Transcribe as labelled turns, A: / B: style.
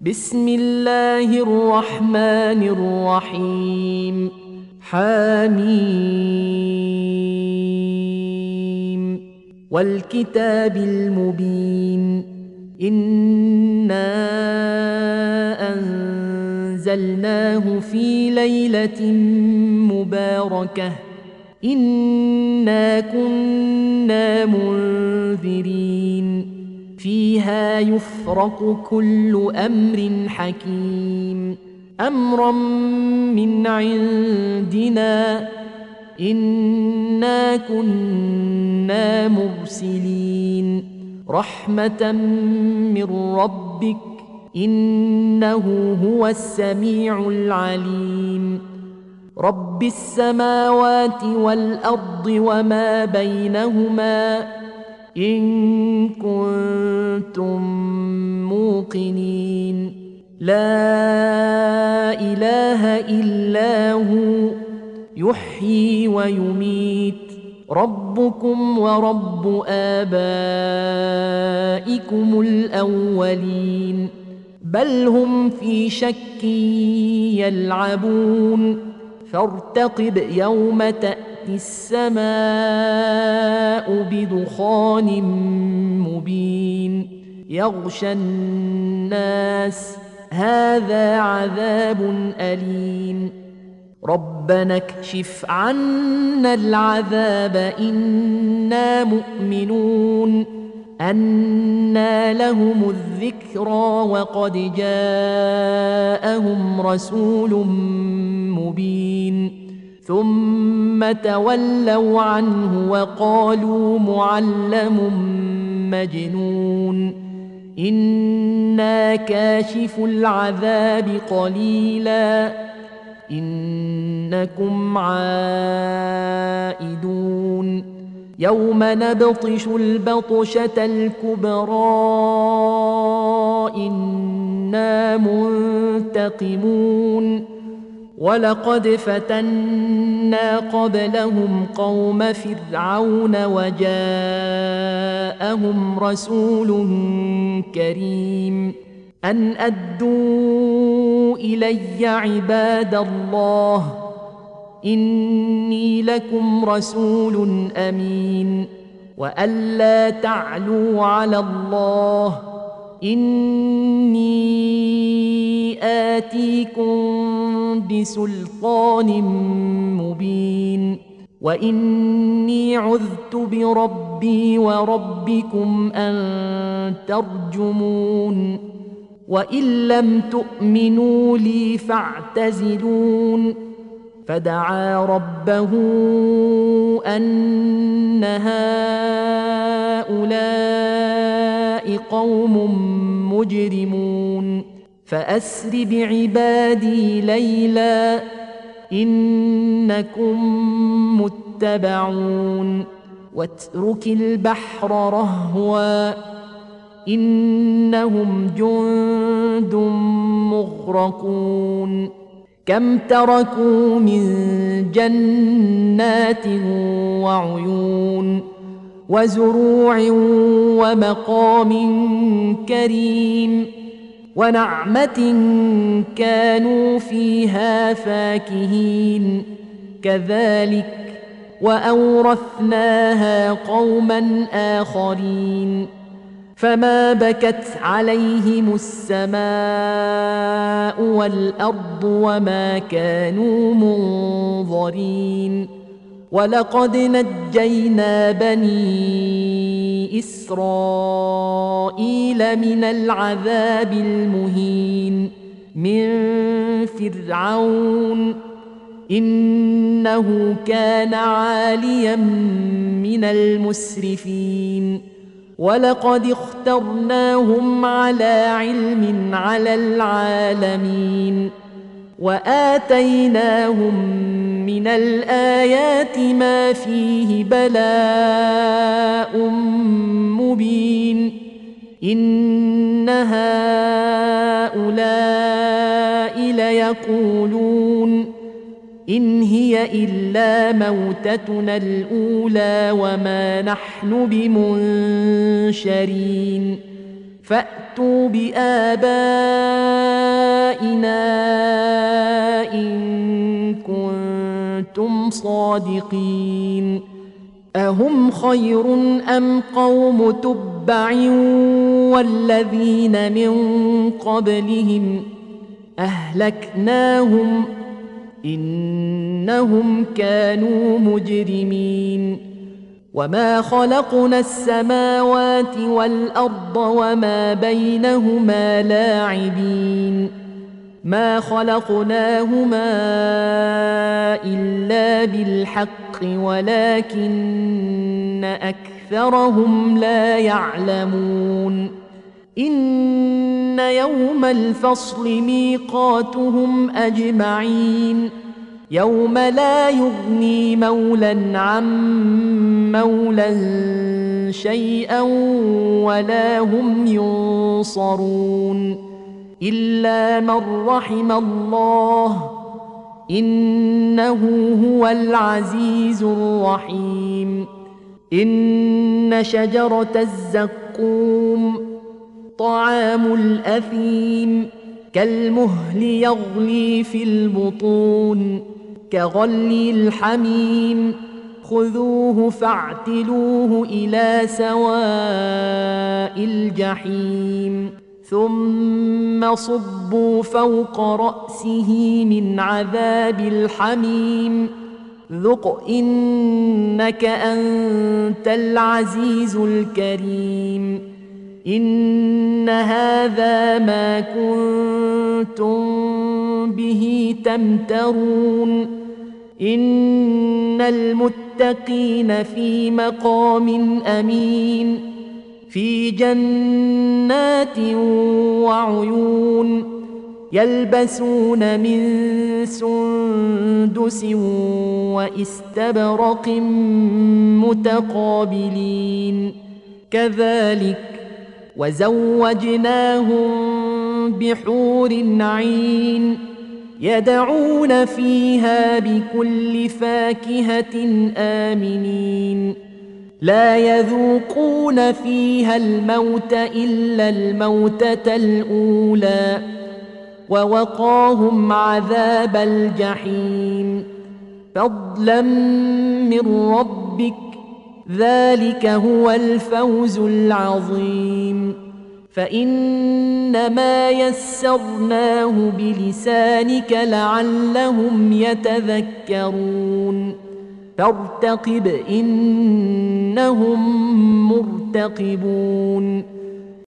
A: بسم الله الرحمن الرحيم حميم والكتاب المبين إنا أنزلناه في ليلة مباركة إنا كنا منذرين فيها يفرق كل أمر حكيم أمرا من عندنا إنا كنا مرسلين رحمة من ربك إنه هو السميع العليم رب السماوات والأرض وما بينهما إن كنتم موقنين لا إله إلا هو يحيي ويميت ربكم ورب آبائكم الأولين بل هم في شك يلعبون فارتقب يوم تأتي السماء بدخان مبين يغشى الناس هذا عذاب أليم ربنا اكشف عنا العذاب إنا مؤمنون أنى لهم الذكرى وقد جاءهم رسول مبين ثم تولوا عنه وقالوا معلم مجنون إنا كاشف العذاب قليلا إنكم عائدون يوم نبطش البطشة الكبرى إنا منتقمون ولقد فتنا قبلهم قوم فرعون وجاءهم رسول كريم أن أدوا إلي عباد الله إني لكم رسول أمين وأن لا تعلوا على الله إني آتيكم بسلطان مبين وإني عذت بربي وربكم أن ترجمون وإن لم تؤمنوا لي فاعتزلون فدعا ربه أن هؤلاء قوم مجرمون فأسر بعبادي ليلا إنكم متبعون واترك البحر رهوا إنهم جند مغرقون كم تركوا من جنات وعيون وزروع ومقام كريم ونعمة كانوا فيها فاكهين كذلك وأورثناها قوما آخرين فما بكت عليهم السماء والأرض وما كانوا منظرين ولقد نجينا بني إسرائيل من العذاب المهين من فرعون إنه كان عاليا من المسرفين ولقد اخترناهم على علم على العالمين وآتيناهم من الآيات ما فيه بلاء مبين إن هؤلاء ليقولون إن هي إلا موتتنا الأولى وما نحن بمنشرين فأتوا بآبائنا إن كنتم صادقين أهم خير أم قوم تبع والذين من قبلهم أهلكناهم إنهم كانوا مجرمين وما خلقنا السماوات والأرض وما بينهما لاعبين ما خلقناهما إلا بالحق ولكن أكثرهم لا يعلمون إن يوم الفصل ميقاتهم أجمعين يوم لا يغني مولى عن مولى شيئا ولا هم ينصرون إلا من رحم الله إنه هو العزيز الرحيم إن شجرة الزقوم طعام الأثيم كالمهل يغلي في البطون كغلي الحميم خذوه فاعتلوه إلى سواء الجحيم ثم صبوا فوق رأسه من عذاب الحميم ذق إنك أنت العزيز الكريم إن هذا ما كنتم به تمترون إن المتقين في مقام أمين في جنات وعيون يلبسون من سندس واستبرق متقابلين كذلك وزوجناهم بحور عين يدعون فيها بكل فاكهة آمنين لا يذوقون فيها الموت إلا الموتة الأولى ووقاهم عذاب الجحيم فضلا من ربك ذلك هو الفوز العظيم فإنما يسرناه بلسانك لعلهم يتذكرون فارتقب إنهم مرتقبون